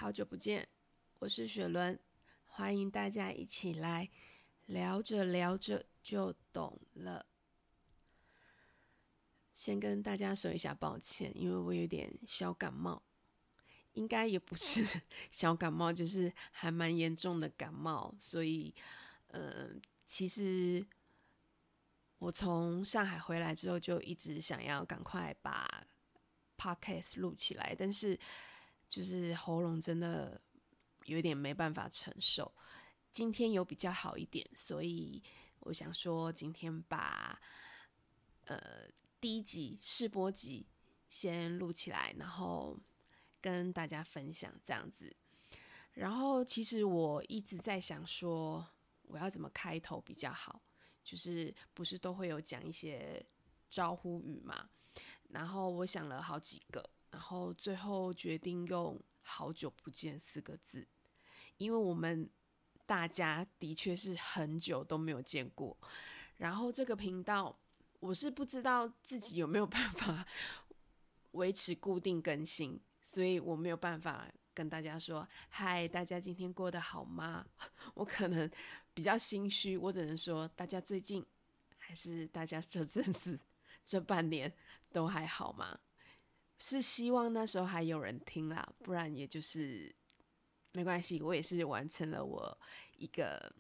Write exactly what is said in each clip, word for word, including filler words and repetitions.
好久不见，我是雪伦，欢迎大家一起来聊着聊着就懂了。先跟大家说一下抱歉，因为我有点小感冒，应该也不是小感冒，就是还蛮严重的感冒，所以呃，其实我从上海回来之后就一直想要赶快把 podcast 录起来，但是就是喉咙真的有点没办法承受。今天有比较好一点，所以我想说今天把呃第一集试播集先录起来，然后跟大家分享这样子。然后其实我一直在想说我要怎么开头比较好，就是不是都会有讲一些招呼语嘛，然后我想了好几个，然后最后决定用好久不见四个字，因为我们大家的确是很久都没有见过，然后这个频道我是不知道自己有没有办法维持固定更新，所以我没有办法跟大家说嗨，大家今天过得好吗？我可能比较心虚，我只能说大家最近还是大家这阵子这半年都还好吗？是希望那时候还有人听啦，不然也就是没关系，我也是完成了我一个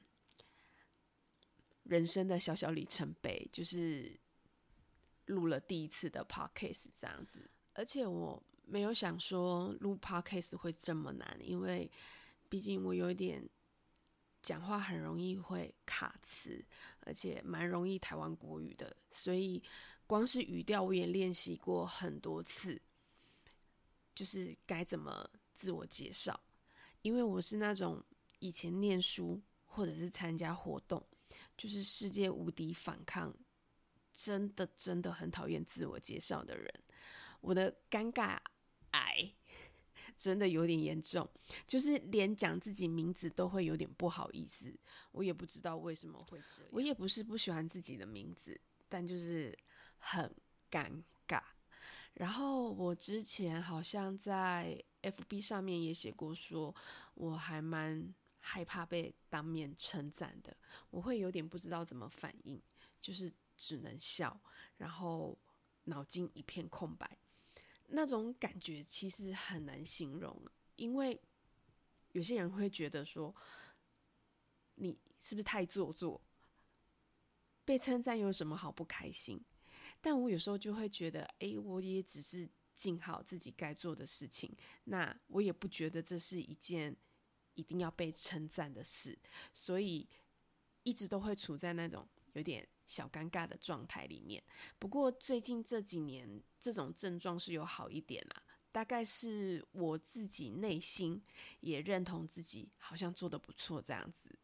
人生的小小里程碑，就是录了第一次的 podcast 这样子。而且我没有想说录 podcast 会这么难，因为毕竟我有一点讲话很容易会卡词，而且蛮容易台湾国语的，所以光是语调我也练习过很多次，就是该怎么自我介绍。因为我是那种以前念书或者是参加活动，就是世界无敌反抗，真的真的很讨厌自我介绍的人。我的尴尬癌真的有点严重，就是连讲自己名字都会有点不好意思。我也不知道为什么会这样，我也不是不喜欢自己的名字，但就是很尴尬。然后我之前好像在 F B 上面也写过说，我还蛮害怕被当面称赞的，我会有点不知道怎么反应，就是只能笑，然后脑筋一片空白。那种感觉其实很难形容，因为有些人会觉得说你是不是太做作，被称赞有什么好不开心？但我有时候就会觉得，哎，我也只是尽好自己该做的事情，那我也不觉得这是一件一定要被称赞的事，所以一直都会处在那种有点小尴尬的状态里面。不过最近这几年这种症状是有好一点啦，大概是我自己内心也认同自己好像做得不错这样子，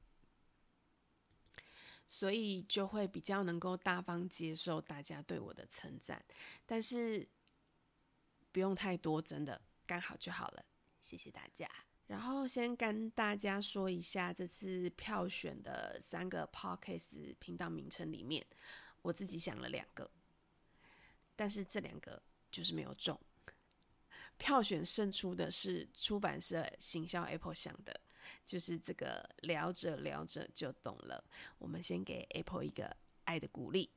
所以就会比较能够大方接受大家对我的称赞，但是不用太多，真的刚好就好了，谢谢大家。然后先跟大家说一下，这次票选的三个 podcast 频道名称里面，我自己想了两个，但是这两个就是没有中。票选胜出的是出版社行销 Apple 想的，就是这个聊着聊着就懂了。我们先给 Apple 一个爱的鼓励。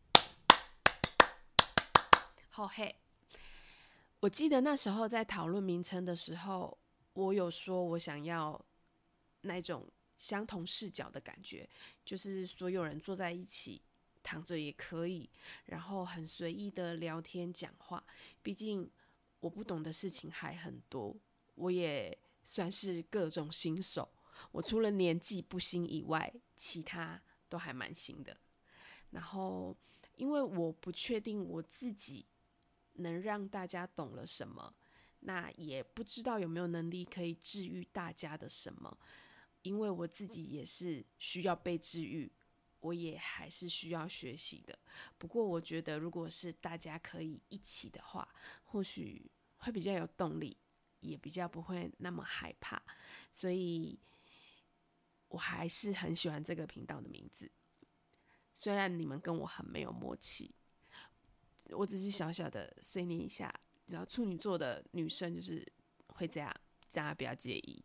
好嘿，我记得那时候在讨论名称的时候，我有说我想要那种相同视角的感觉，就是所有人坐在一起，躺着也可以，然后很随意的聊天讲话。毕竟我不懂的事情还很多，我也算是各种新手。我除了年纪不新以外，其他都还蛮新的。然后，因为我不确定我自己能让大家懂了什么，那也不知道有没有能力可以治愈大家的什么，因为我自己也是需要被治愈，我也还是需要学习的。不过我觉得如果是大家可以一起的话，或许会比较有动力，也比较不会那么害怕，所以我还是很喜欢这个频道的名字。虽然你们跟我很没有默契，我只是小小的碎念一下，只要处女座的女生就是会这样， 大家不要介意。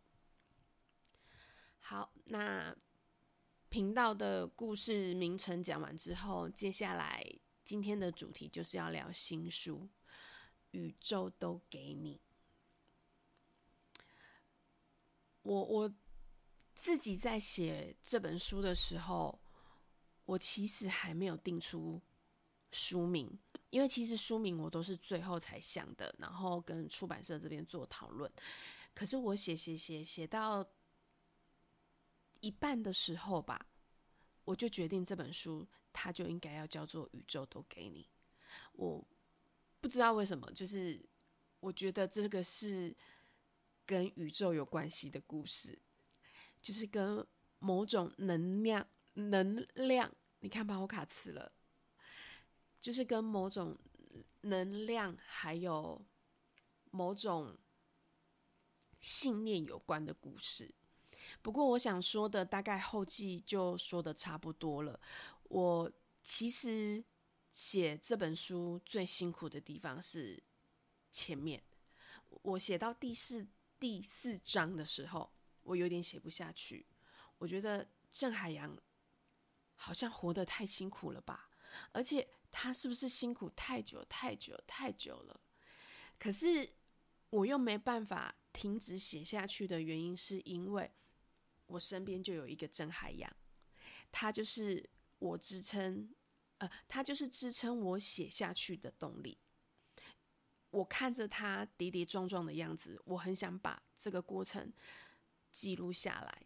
好，那频道的故事名称讲完之后，接下来今天的主题就是要聊新书《宇宙都给你》。我我自己在写这本书的时候，我其实还没有定出书名，因为其实书名我都是最后才想的，然后跟出版社这边做讨论。可是我写写写写到一半的时候吧，我就决定这本书它就应该要叫做《宇宙都给你》。我不知道为什么，就是我觉得这个是跟宇宙有关系的故事，就是跟某种能量能量你看吧，我卡词了，就是跟某种能量还有某种信念有关的故事。不过我想说的大概后记就说的差不多了。我其实写这本书最辛苦的地方是前面，我写到第四第四章的时候，我有点写不下去。我觉得郑海洋好像活得太辛苦了吧，而且他是不是辛苦太久太久太久了？可是我又没办法停止写下去的原因，是因为我身边就有一个郑海洋，他就是我支撑，呃，他就是支撑我写下去的动力。我看着他跌跌撞撞的样子，我很想把这个过程记录下来。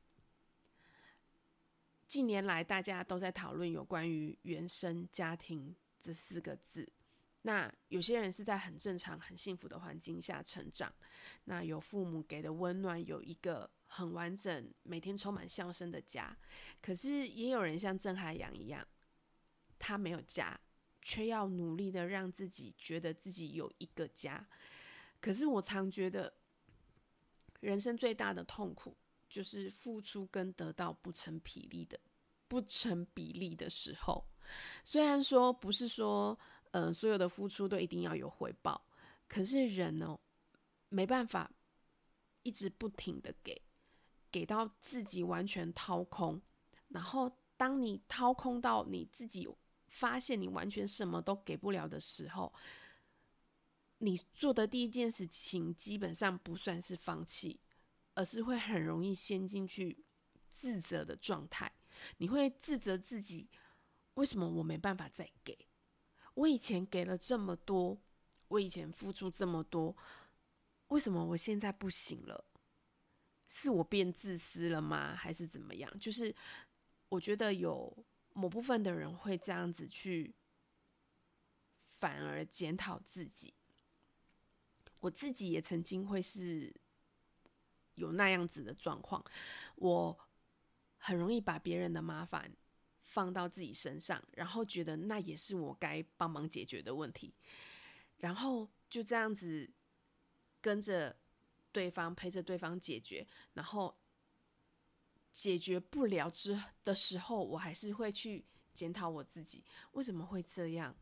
近年来，大家都在讨论有关于原生家庭这四个字。那有些人是在很正常、很幸福的环境下成长，那有父母给的温暖，有一个很完整、每天充满笑声的家。可是也有人像郑海洋一样，他没有家，却要努力的让自己觉得自己有一个家。可是我常觉得，人生最大的痛苦就是付出跟得到不成比例的不成比例的时候。虽然说不是说呃，所有的付出都一定要有回报，可是人哦，没办法一直不停的给，给到自己完全掏空。然后当你掏空到你自己发现你完全什么都给不了的时候，你做的第一件事情基本上不算是放弃，而是会很容易陷进去自责的状态。你会自责自己，为什么我没办法再给？我以前给了这么多，我以前付出这么多，为什么我现在不行了？是我变自私了吗？还是怎么样？就是我觉得有某部分的人会这样子去反而检讨自己。我自己也曾经会是有那样子的状况，我很容易把别人的麻烦放到自己身上，然后觉得那也是我该帮忙解决的问题，然后就这样子跟着对方，陪着对方解决，然后解决不了之的时候，我还是会去检讨我自己为什么会这样，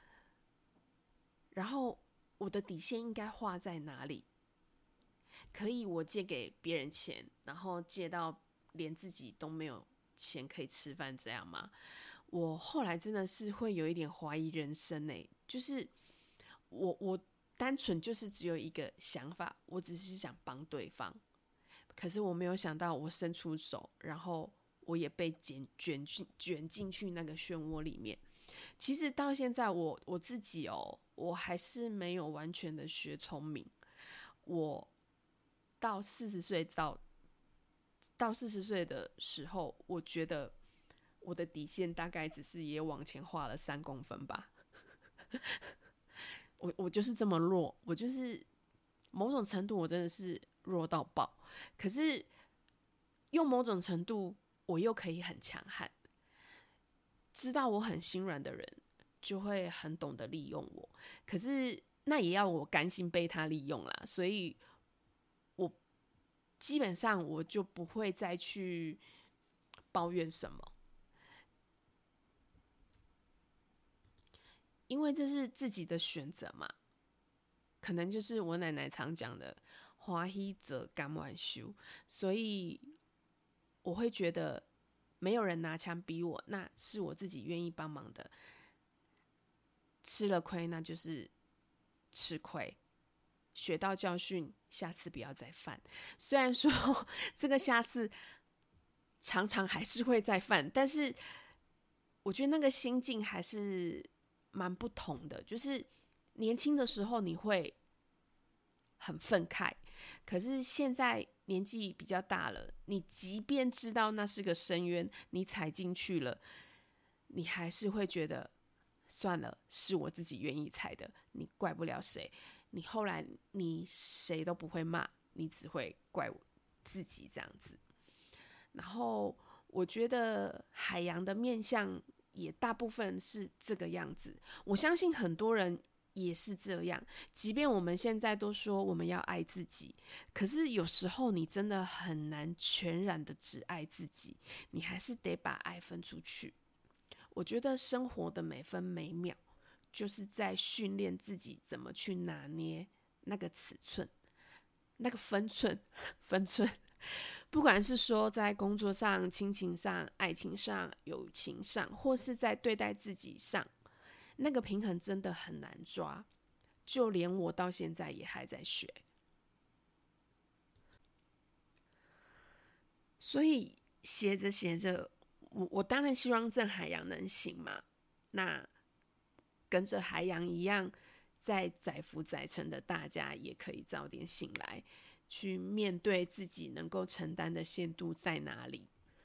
然后我的底线应该画在哪里？可以我借给别人钱，然后借到连自己都没有钱可以吃饭，这样吗？我后来真的是会有一点怀疑人生欸，就是我我单纯就是只有一个想法，我只是想帮对方，可是我没有想到我伸出手，然后我也被卷卷卷进去那个漩涡里面。其实到现在我我自己哦，我还是没有完全的学聪明。我到四十岁到到四十岁的时候，我觉得我的底线大概只是也往前画了三公分吧。我我就是这么弱，我就是某种程度我真的是弱到爆。可是用某种程度，我又可以很强悍。知道我很心软的人，就会很懂得利用我。可是那也要我甘心被他利用啦，所以我基本上我就不会再去抱怨什么，因为这是自己的选择嘛。可能就是我奶奶常讲的"花欢喜则甘愿受，所以我会觉得没有人拿枪逼我，那是我自己愿意帮忙的。吃了亏，那就是吃亏，学到教训，下次不要再犯。虽然说这个下次常常还是会再犯，但是我觉得那个心境还是蛮不同的。就是年轻的时候你会很愤慨，可是现在年纪比较大了，你即便知道那是个深渊，你踩进去了，你还是会觉得算了，是我自己愿意踩的，你怪不了谁。你后来你谁都不会骂，你只会怪自己这样子。然后我觉得海洋的面向也大部分是这个样子，我相信很多人也是这样。即便我们现在都说我们要爱自己，可是有时候你真的很难全然的只爱自己，你还是得把爱分出去。我觉得生活的每分每秒就是在训练自己怎么去拿捏那个尺寸，那个分寸分寸。不管是说在工作上、亲情上、爱情上、友情上，或是在对待自己上，那个平衡真的很难抓，就连我到现在也还在学。所以写着写着，我我当然希望郑海洋能行嘛，那跟着海洋一样在载浮载沉的大家也可以早点醒来，去面对自己能够承担的限度在哪里，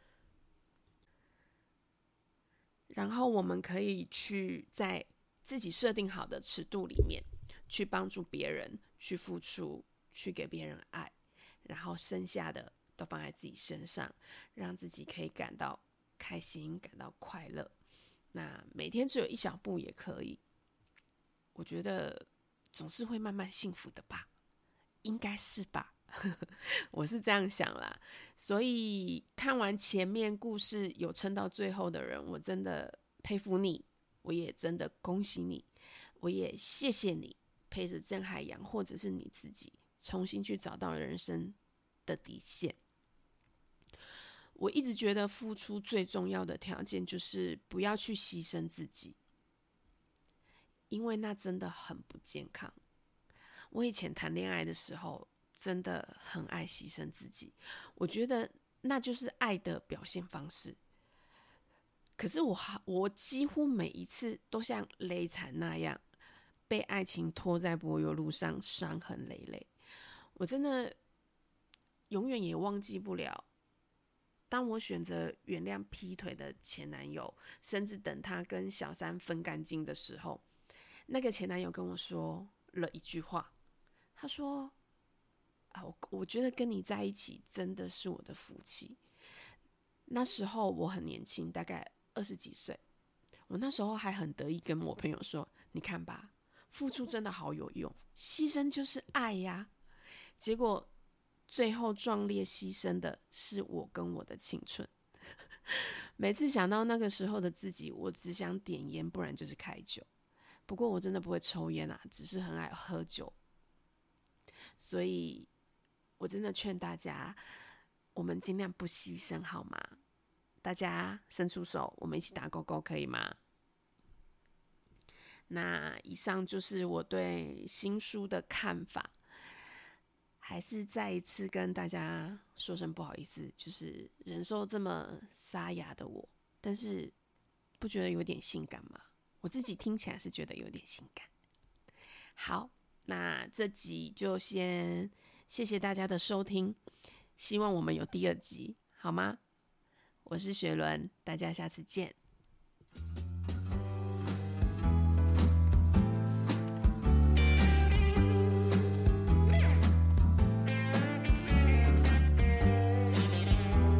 然后我们可以去在自己设定好的尺度里面去帮助别人，去付出，去给别人爱，然后剩下的都放在自己身上，让自己可以感到开心，感到快乐。那每天只有一小步也可以，我觉得总是会慢慢幸福的吧，应该是吧。我是这样想啦。所以看完前面故事有撑到最后的人，我真的佩服你，我也真的恭喜你，我也谢谢你陪着郑海洋或者是你自己重新去找到人生的底线。我一直觉得付出最重要的条件就是不要去牺牲自己，因为那真的很不健康。我以前谈恋爱的时候真的很爱牺牲自己，我觉得那就是爱的表现方式。可是 我, 我几乎每一次都像雷惨那样被爱情拖在柏油路上，伤痕累累。我真的永远也忘记不了，当我选择原谅劈腿的前男友，甚至等他跟小三分干净的时候，那个前男友跟我说了一句话，他说啊，我, 我觉得跟你在一起真的是我的福气。那时候我很年轻，大概二十几岁，我那时候还很得意跟我朋友说，你看吧，付出真的好有用，牺牲就是爱呀。结果最后壮烈牺牲的是我跟我的青春。每次想到那个时候的自己，我只想点烟，不然就是开酒。不过我真的不会抽烟啊，只是很爱喝酒。所以我真的劝大家，我们尽量不牺牲好吗？大家伸出手，我们一起打勾勾可以吗？那以上就是我对新书的看法，还是再一次跟大家说声不好意思，就是忍受这么沙哑的我，但是不觉得有点性感吗？我自己听起来是觉得有点性感。好，那这集就先谢谢大家的收听，希望我们有第二集，好吗？我是雪伦，大家下次见。